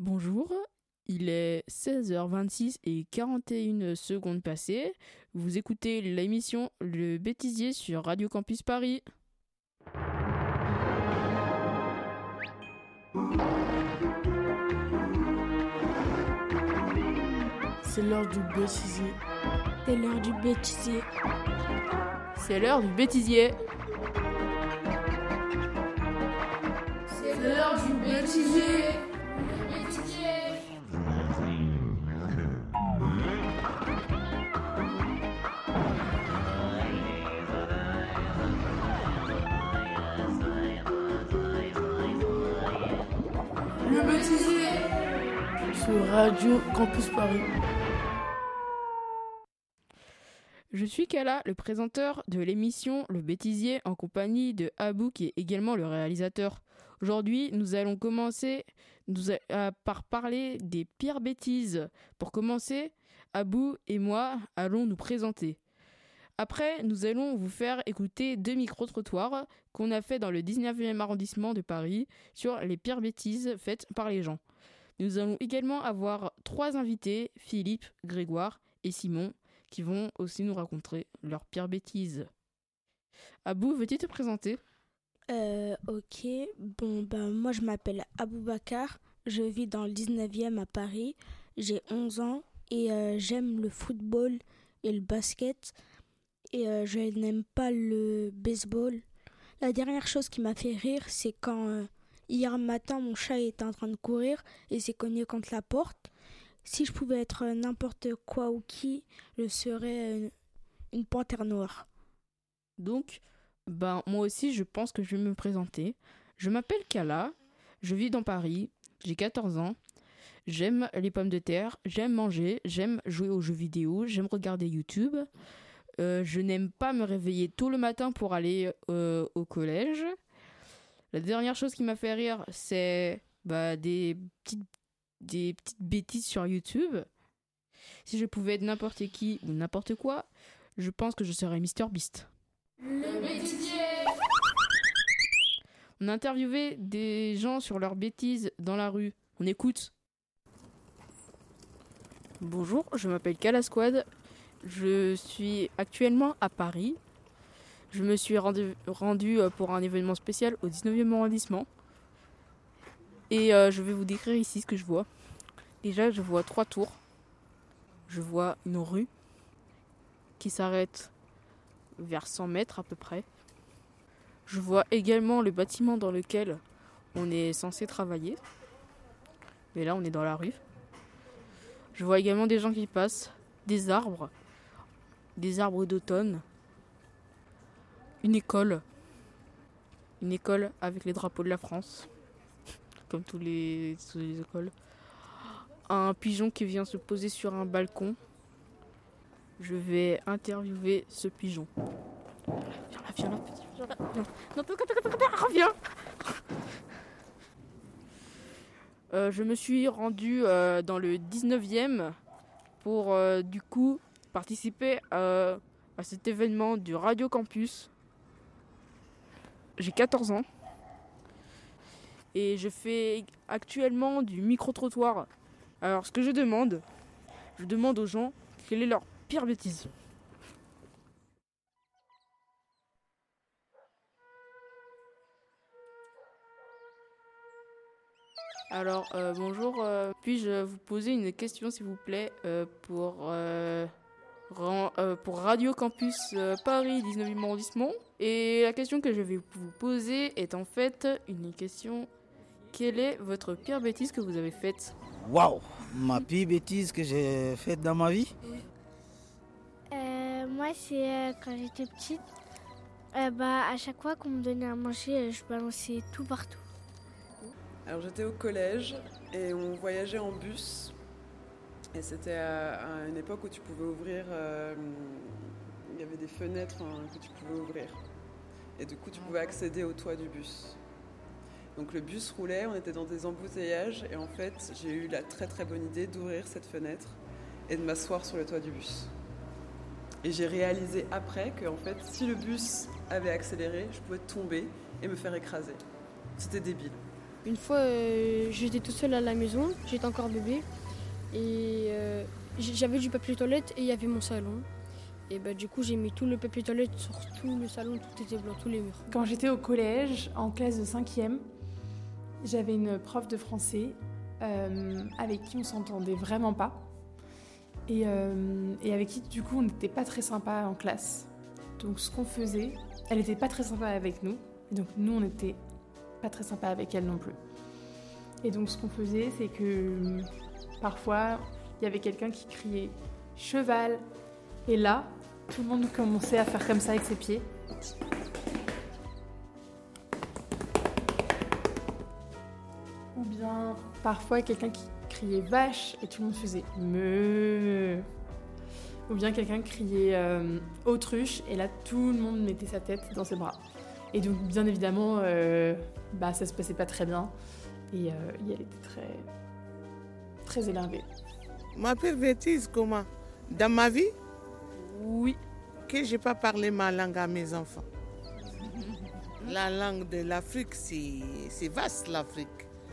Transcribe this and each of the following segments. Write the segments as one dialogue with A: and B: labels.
A: Bonjour, il est 16h26 et 41 secondes passées. Vous écoutez l'émission Le Bêtisier sur Radio Campus Paris.
B: C'est l'heure du bêtisier.
C: C'est l'heure du bêtisier.
A: C'est l'heure du bêtisier.
C: C'est l'heure du bêtisier.
B: Le bêtisier sur Radio Campus Paris.
A: Je suis Kala, le présenteur de l'émission Le Bêtisier, en compagnie de Abou, qui est également le réalisateur. Aujourd'hui, nous allons commencer par parler des pires bêtises. Pour commencer, Abou et moi allons nous présenter. Après, nous allons vous faire écouter 2 micro-trottoirs qu'on a fait dans le 19e arrondissement de Paris sur les pires bêtises faites par les gens. Nous allons également avoir 3 invités, Philippe, Grégoire et Simon, qui vont aussi nous raconter leurs pires bêtises. Abou, veux-tu te présenter ?
C: Ok. Moi je m'appelle Aboubacar, je vis dans le 19e à Paris, j'ai 11 ans et j'aime le football et le basket et je n'aime pas le baseball. La dernière chose qui m'a fait rire, c'est quand hier matin mon chat était en train de courir et s'est cogné contre la porte. Si je pouvais être n'importe quoi ou qui, je serais une panthère noire.
A: Donc, moi aussi, je pense que je vais me présenter. Je m'appelle Kala, je vis dans Paris, j'ai 14 ans. J'aime les pommes de terre, j'aime manger, j'aime jouer aux jeux vidéo, j'aime regarder YouTube. Je n'aime pas me réveiller tôt le matin pour aller au collège. La dernière chose qui m'a fait rire, c'est des petites bêtises sur YouTube. Si je pouvais être n'importe qui ou n'importe quoi, je pense que je serais MrBeast.
C: Le bêtisier.
A: On a interviewé des gens sur leurs bêtises dans la rue. On écoute. Bonjour, je m'appelle Kala Squad. Je suis actuellement à Paris. Je me suis rendu pour un événement spécial au 19e arrondissement. Et je vais vous décrire ici ce que je vois. Déjà, je vois 3 tours. Je vois une rue qui s'arrête vers 100 mètres à peu près. Je vois également le bâtiment dans lequel on est censé travailler. Mais là, on est dans la rue. Je vois également des gens qui passent, des arbres d'automne, une école avec les drapeaux de la France, comme toutes les écoles. Un pigeon qui vient se poser sur un balcon. Je vais interviewer ce pigeon. Viens là, petit, viens là. Non, reviens. Je me suis rendue dans le 19e pour du coup participer à cet événement du Radio Campus. J'ai 14 ans et je fais actuellement du micro-trottoir. Alors ce que je demande aux gens quelle est leur pire bêtise. Alors, bonjour, puis-je vous poser une question s'il vous plaît pour Radio Campus Paris 19e arrondissement. Et la question que je vais vous poser est en fait une question. Quelle est votre pire bêtise que vous avez faite ?
D: Waouh, ma pire bêtise que j'ai faite dans ma vie ?
E: Moi, c'est quand j'étais petite. À chaque fois qu'on me donnait à manger, je balançais tout partout.
F: Alors j'étais au collège et on voyageait en bus. Et c'était à une époque où tu pouvais ouvrir... il y avait des fenêtres que tu pouvais ouvrir. Et du coup, tu pouvais accéder au toit du bus. Donc le bus roulait, on était dans des embouteillages. Et en fait, j'ai eu la très très bonne idée d'ouvrir cette fenêtre et de m'asseoir sur le toit du bus. Et j'ai réalisé après que en fait, si le bus avait accéléré, je pouvais tomber et me faire écraser. C'était débile.
G: Une fois, j'étais tout seul à la maison, j'étais encore bébé. Et j'avais du papier toilette et il y avait mon salon. Et du coup, j'ai mis tout le papier toilette sur tout le salon, tout était blanc, tous les murs.
H: Quand j'étais au collège, en classe de 5e, j'avais une prof de français avec qui on s'entendait vraiment pas. Et avec qui, du coup, on n'était pas très sympa en classe. Donc, ce qu'on faisait, elle n'était pas très sympa avec nous. Et donc, nous, on n'était pas très sympa avec elle non plus. Et donc, ce qu'on faisait, c'est que parfois, il y avait quelqu'un qui criait « cheval ». Et là, tout le monde commençait à faire comme ça avec ses pieds. Ou bien, parfois, quelqu'un qui criait « vache » et tout le monde faisait « meuh ». Ou bien quelqu'un criait « autruche » et là, tout le monde mettait sa tête dans ses bras. Et donc, bien évidemment, ça se passait pas très bien. Et elle était très, très énervée.
I: Ma pire bêtise, comment? Dans ma vie?
A: Oui.
I: Que j'ai pas parlé ma langue à mes enfants. La langue de l'Afrique, c'est vaste, l'Afrique.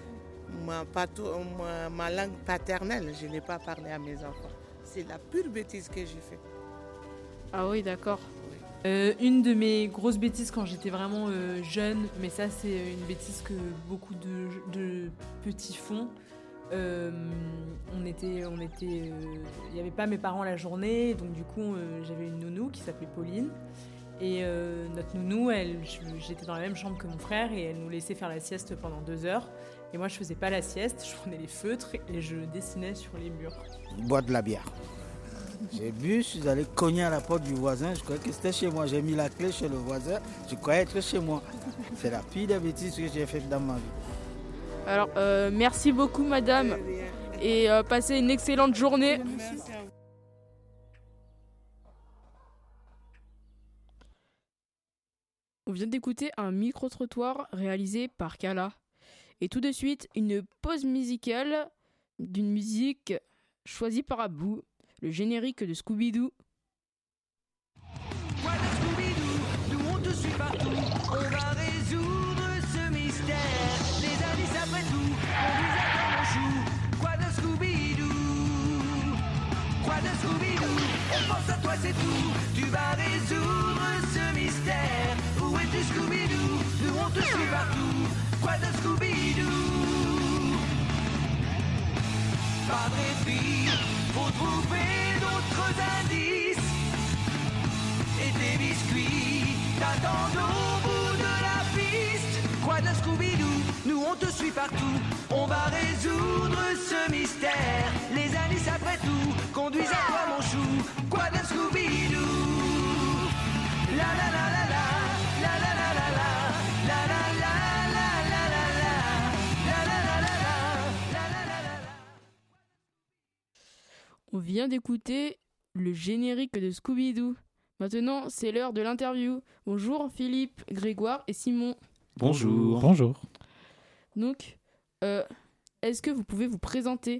I: Ma langue paternelle, je n'ai pas parlé à mes enfants. C'est la pure bêtise que j'ai faite.
A: Ah oui, d'accord.
J: Une de mes grosses bêtises quand j'étais vraiment jeune, mais ça c'est une bêtise que beaucoup de petits font. Il n'y avait pas mes parents la journée, donc du coup j'avais une nounou qui s'appelait Pauline. Et notre nounou, j'étais dans la même chambre que mon frère et elle nous laissait faire la sieste pendant 2 heures. Et moi je faisais pas la sieste, je prenais les feutres et je dessinais sur les murs.
D: Boire de la bière. J'ai bu, je suis allé cogner à la porte du voisin, je croyais que c'était chez moi. J'ai mis la clé chez le voisin, je croyais être chez moi. C'est la pire des bêtises que j'ai faites dans ma vie.
A: Alors, merci beaucoup, madame, et passez une excellente journée. On vient d'écouter un micro-trottoir réalisé par Kala. Et tout de suite, une pause musicale d'une musique choisie par Abou, le générique de Scooby-Doo.
K: Voilà Scooby-Doo, nous on te suit partout, on va résoudre ce mystère. Les indices après tout, on vous attend mon chou. Quoi de Scooby-Doo? Quoi de Scooby-Doo? On pense à toi c'est tout, tu vas résoudre ce mystère. Où es-tu Scooby-Doo? Nous on te suit partout. Quoi de Scooby-Doo? Pas de répit, faut trouver d'autres indices. Et des biscuits t'attendent au bout de la piste. Quoi de Scooby-Doo? Nous on te suit partout. On va résoudre ce mystère. Les indices après tout conduisent à toi mon chou. Quoi de Scooby-Doo? La la la la la. La la la la la. La la la la la la la. La la la la la. La la la la la.
A: On vient d'écouter le générique de Scooby-Doo. Maintenant, c'est l'heure de l'interview. Bonjour Philippe, Grégoire et Simon.
L: Bonjour. Bonjour.
A: Donc, est-ce que vous pouvez vous présenter?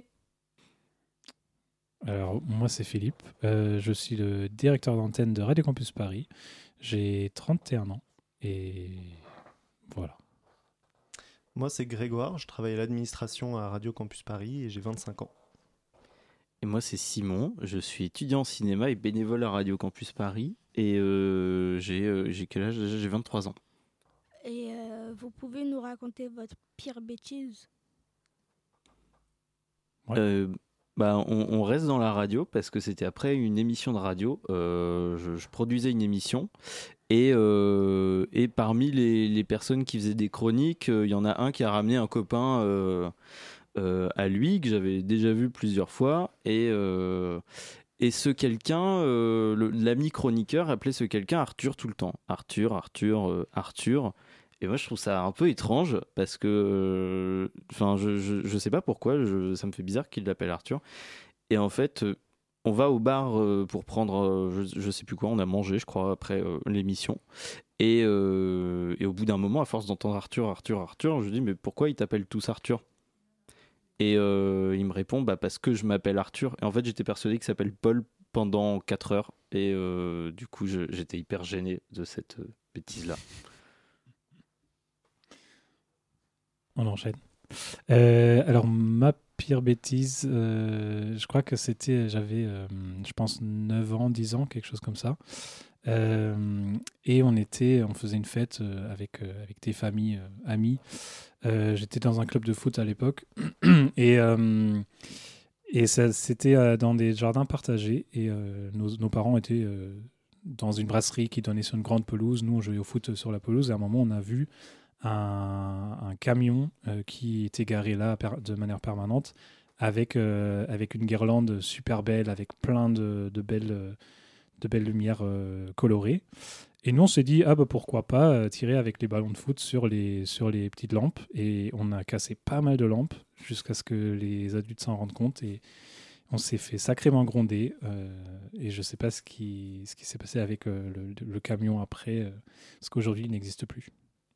L: Alors, moi c'est Philippe. Je suis le directeur d'antenne de Radio Campus Paris. J'ai 31 ans et voilà.
M: Moi c'est Grégoire, je travaille à l'administration à Radio Campus Paris et j'ai 25 ans.
N: Et moi c'est Simon, je suis étudiant en cinéma et bénévole à Radio Campus Paris et j'ai quel âge? J'ai 23 ans.
C: Et vous pouvez nous raconter votre pire bêtise?
L: Ouais.
N: On reste dans la radio parce que c'était après une émission de radio. Je produisais une émission et parmi les personnes qui faisaient des chroniques, il y en a un qui a ramené un copain à lui que j'avais déjà vu plusieurs fois et ce quelqu'un, l'ami chroniqueur appelait ce quelqu'un Arthur tout le temps. Arthur. Et moi, je trouve ça un peu étrange parce que, je sais pas pourquoi, ça me fait bizarre qu'il l'appelle Arthur. Et en fait, on va au bar pour prendre, je sais plus quoi, on a mangé, je crois, après l'émission. Et au bout d'un moment, à force d'entendre Arthur, je dis mais pourquoi ils t'appellent tous Arthur? Et il me répond parce que je m'appelle Arthur. Et en fait, j'étais persuadé qu'il s'appelle Paul pendant 4 heures. Et du coup, j'étais hyper gêné de cette bêtise-là.
L: on enchaîne. Alors, ma pire bêtise, je crois que j'avais, je pense, 9 ans, 10 ans, quelque chose comme ça. Et on faisait une fête avec des familles, amis. J'étais dans un club de foot à l'époque. Et ça, c'était dans des jardins partagés. Et nos parents étaient dans une brasserie qui donnait sur une grande pelouse. Nous, on jouait au foot sur la pelouse. Et à un moment, on a vu un camion qui était garé là de manière permanente avec une guirlande super belle, avec plein de belles lumières colorées. Et nous, on s'est dit, pourquoi pas tirer avec les ballons de foot sur les petites lampes. Et on a cassé pas mal de lampes jusqu'à ce que les adultes s'en rendent compte. Et on s'est fait sacrément gronder. Et je ne sais pas ce qui s'est passé avec le camion après, parce qu'aujourd'hui, il n'existe plus.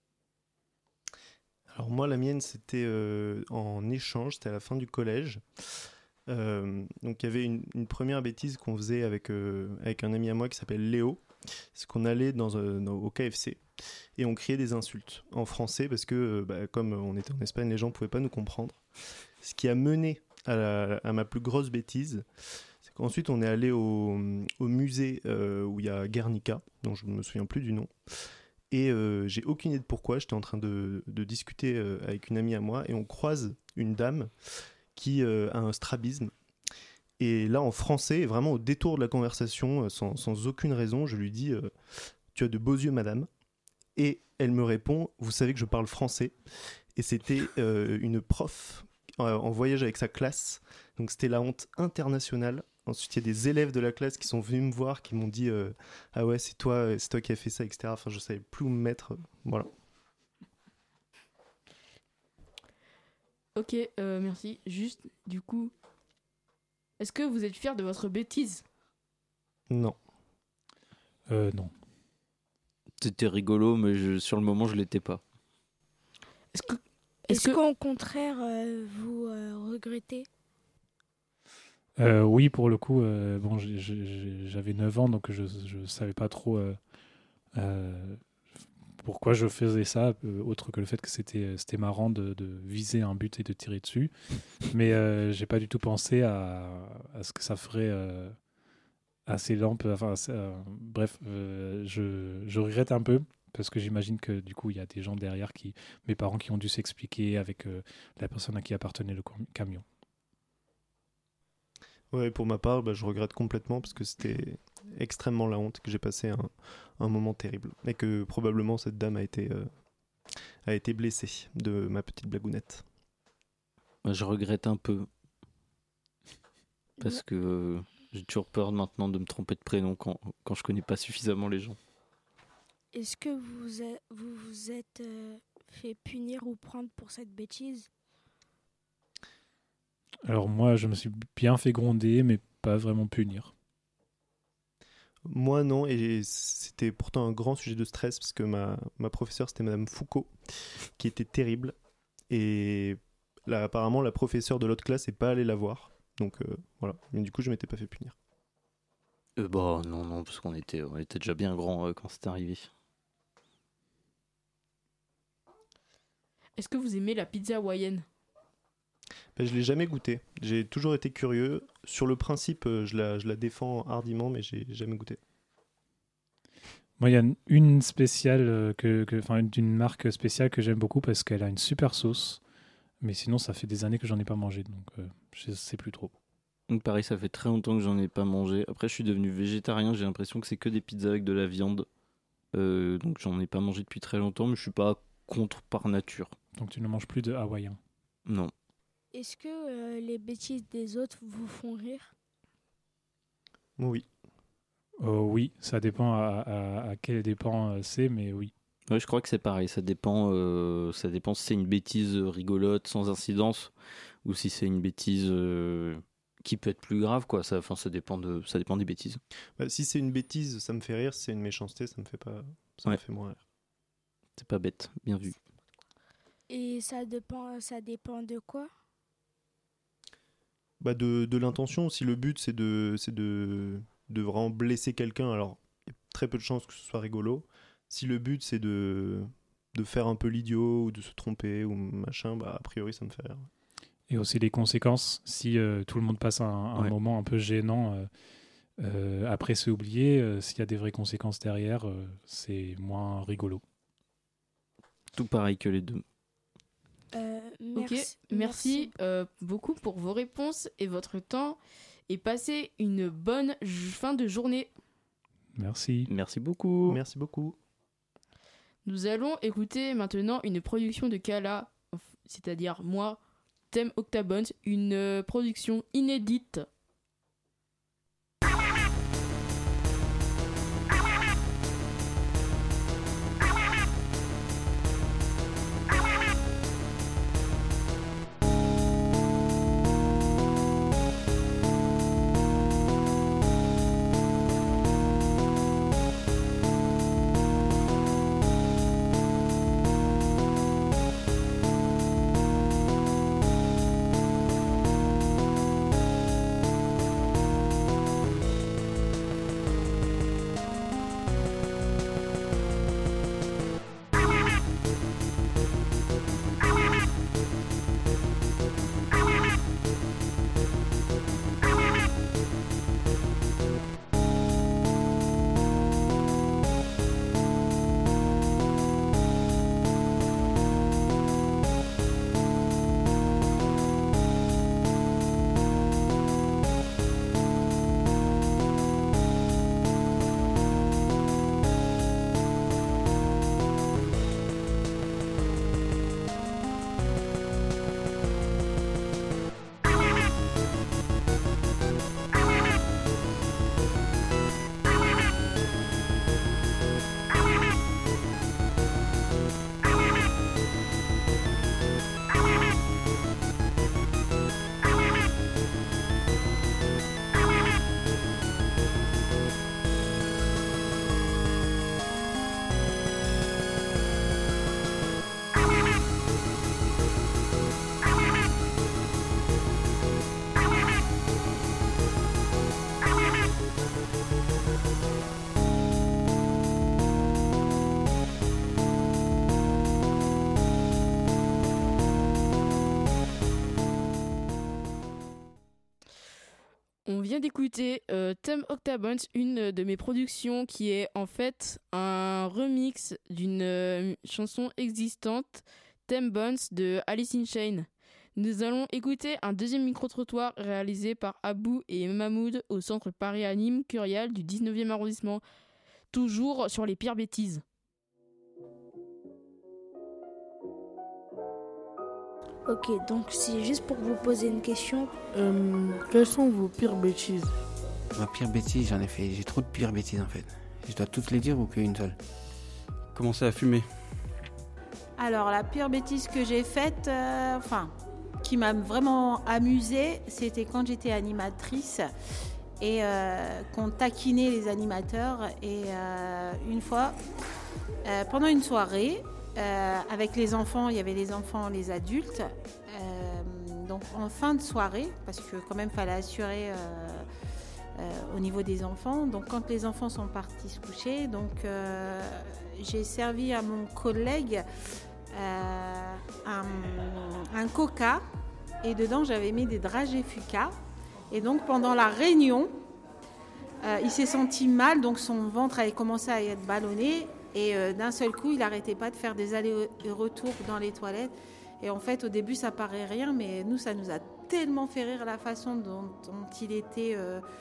M: Alors moi, la mienne, c'était en échange, c'était à la fin du collège. Donc il y avait une première bêtise qu'on faisait avec un ami à moi qui s'appelle Léo. C'est qu'on allait au KFC et on criait des insultes en français parce que comme on était en Espagne, les gens ne pouvaient pas nous comprendre. Ce qui a mené à ma plus grosse bêtise, c'est qu'ensuite on est allé au musée où il y a Guernica, dont je ne me souviens plus du nom. Et j'ai aucune idée de pourquoi. J'étais en train de discuter avec une amie à moi et on croise une dame qui a un strabisme. Et là, en français, vraiment au détour de la conversation, sans aucune raison, je lui dis tu as de beaux yeux, madame. Et elle me répond vous savez que je parle français. Et c'était une prof en voyage avec sa classe. Donc c'était la honte internationale. Ensuite, il y a des élèves de la classe qui sont venus me voir, qui m'ont dit ah ouais, c'est toi qui as fait ça, etc. Enfin, je savais plus où me mettre. Voilà.
A: Ok, merci. Juste, du coup, est-ce que vous êtes fiers de votre bêtise?
M: Non.
L: Non.
N: C'était rigolo, mais sur le moment, je l'étais pas.
C: Est-ce qu'au contraire, vous regrettez?
L: Oui, pour le coup, j'avais 9 ans, donc je savais pas trop pourquoi je faisais ça, autre que le fait que c'était marrant de viser un but et de tirer dessus. Mais j'ai pas du tout pensé à ce que ça ferait à ces lampes. Enfin, bref, je regrette un peu, parce que j'imagine que du coup, il y a des gens derrière, mes parents qui ont dû s'expliquer avec la personne à qui appartenait le camion.
M: Ouais, pour ma part, je regrette complètement parce que c'était extrêmement la honte, que j'ai passé un moment terrible et que probablement cette dame a été blessée de ma petite blagounette.
N: Je regrette un peu parce que j'ai toujours peur maintenant de me tromper de prénom quand je connais pas suffisamment les gens.
C: Est-ce que vous vous êtes fait punir ou prendre pour cette bêtise?
L: Alors moi, je me suis bien fait gronder, mais pas vraiment punir.
M: Moi non, et c'était pourtant un grand sujet de stress parce que ma professeure, c'était Madame Foucault, qui était terrible. Et là, apparemment, la professeure de l'autre classe n'est pas allée la voir. Donc voilà, mais du coup, je m'étais pas fait punir.
N: Non, parce qu'on était déjà bien grand quand c'était arrivé.
A: Est-ce que vous aimez la pizza hawaïenne?
M: Je l'ai jamais goûté. J'ai toujours été curieux. Sur le principe, je la défends hardiment, mais j'ai jamais goûté.
L: Moi, il y a une spéciale, d'une marque spéciale que j'aime beaucoup parce qu'elle a une super sauce. Mais sinon, ça fait des années que j'en ai pas mangé, donc je sais plus trop.
N: Donc pareil, ça fait très longtemps que j'en ai pas mangé. Après, je suis devenu végétarien. J'ai l'impression que c'est que des pizzas avec de la viande. Donc j'en ai pas mangé depuis très longtemps, mais je suis pas contre par nature.
L: Donc tu ne manges plus de hawaïen?
N: Non.
C: Est-ce que les bêtises des autres vous font rire?
M: Oui.
L: Oui, ça dépend à quel dépend c'est, mais oui.
N: Ouais, je crois que c'est pareil. Ça dépend si c'est une bêtise rigolote, sans incidence, ou si c'est une bêtise qui peut être plus grave, quoi. Ça dépend des bêtises.
M: Si c'est une bêtise, ça me fait rire. Si c'est une méchanceté, ça me fait pas. Ça me fait moins rire.
N: C'est pas bête, bien vu.
C: Et ça dépend de quoi?
M: De l'intention. Si le but c'est de vraiment blesser quelqu'un, alors il y a très peu de chances que ce soit rigolo. Si le but c'est de de faire un peu l'idiot ou de se tromper ou machin, a priori ça me fait rire.
L: Et aussi les conséquences, si tout le monde passe un moment un peu gênant, après c'est oublié, s'il y a des vraies conséquences derrière, c'est moins rigolo.
N: Tout pareil que les deux.
A: Merci beaucoup pour vos réponses et votre temps, et passez une bonne fin de journée.
L: Merci.
N: Merci beaucoup.
M: Merci beaucoup.
A: Nous allons écouter maintenant une production de Kala, c'est-à-dire moi, Thème Octabons, une production inédite. On vient d'écouter Thème Octabons, une de mes productions qui est en fait un remix d'une chanson existante, Thème Bones de Alice in Chains. Nous allons écouter un deuxième micro-trottoir réalisé par Abou et Mahmoud au centre Paris à Nîmes, Curial du 19e arrondissement, toujours sur les pires bêtises.
C: Ok, donc c'est juste pour vous poser une question.
B: Quelles sont vos pires bêtises?
O: Ma pire bêtise, j'en ai fait. J'ai trop de pires bêtises en fait. Je dois toutes les dire ou qu'une seule?
P: Commencer à fumer.
Q: Alors la pire bêtise que j'ai faite, qui m'a vraiment amusée, c'était quand j'étais animatrice et qu'on taquinait les animateurs. Et une fois, pendant une soirée, avec les enfants, il y avait les enfants, les adultes. Donc en fin de soirée, parce que quand même fallait assurer au niveau des enfants. Donc quand les enfants sont partis se coucher, donc j'ai servi à mon collègue un coca et dedans j'avais mis des dragées Fuca. Et donc pendant la réunion, il s'est senti mal, donc son ventre avait commencé à être ballonné. Et d'un seul coup, il n'arrêtait pas de faire des allers et retours dans les toilettes. Et en fait, au début, ça paraît rien, mais nous, ça nous a tellement fait rire la façon dont il était...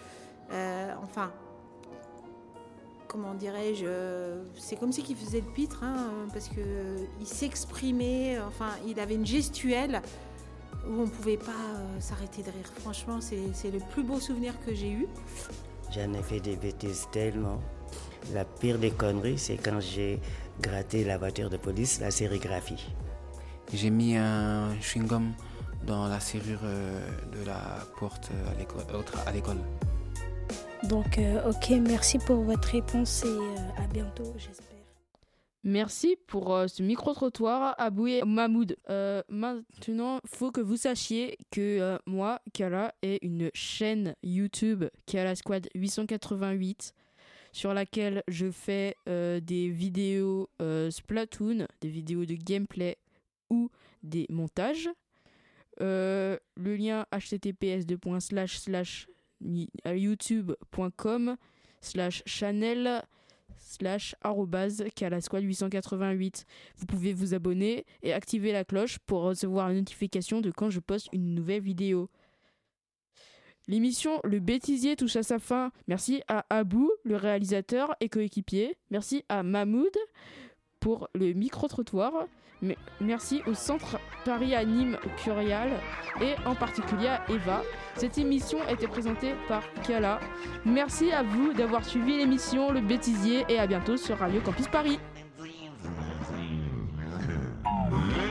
Q: comment dirais-je, c'est comme si qu'il faisait le pitre, parce qu'il s'exprimait, il avait une gestuelle où on ne pouvait pas s'arrêter de rire. Franchement, c'est le plus beau souvenir que j'ai eu.
R: J'en ai fait des bêtises tellement. La pire des conneries, c'est quand j'ai gratté la voiture de police, la sérigraphie.
O: J'ai mis un chewing-gum dans la serrure de la porte à l'école.
C: Donc, ok, merci pour votre réponse et à bientôt, j'espère.
A: Merci pour ce micro-trottoir, Abou et Mahmoud. Maintenant, il faut que vous sachiez que moi, Kala, ai une chaîne YouTube, Kala Squad 888, sur laquelle je fais des vidéos Splatoon, des vidéos de gameplay ou des montages. Le lien https://youtube.com/channel/@kalasquad888. Vous pouvez vous abonner et activer la cloche pour recevoir la notification de quand je poste une nouvelle vidéo. L'émission Le Bêtisier touche à sa fin. Merci à Abou, le réalisateur et coéquipier. Merci à Mahmoud pour le micro-trottoir. Merci au Centre Paris Anime Curial et en particulier à Eva. Cette émission a été présentée par Kala. Merci à vous d'avoir suivi l'émission Le Bêtisier et à bientôt sur Radio Campus Paris.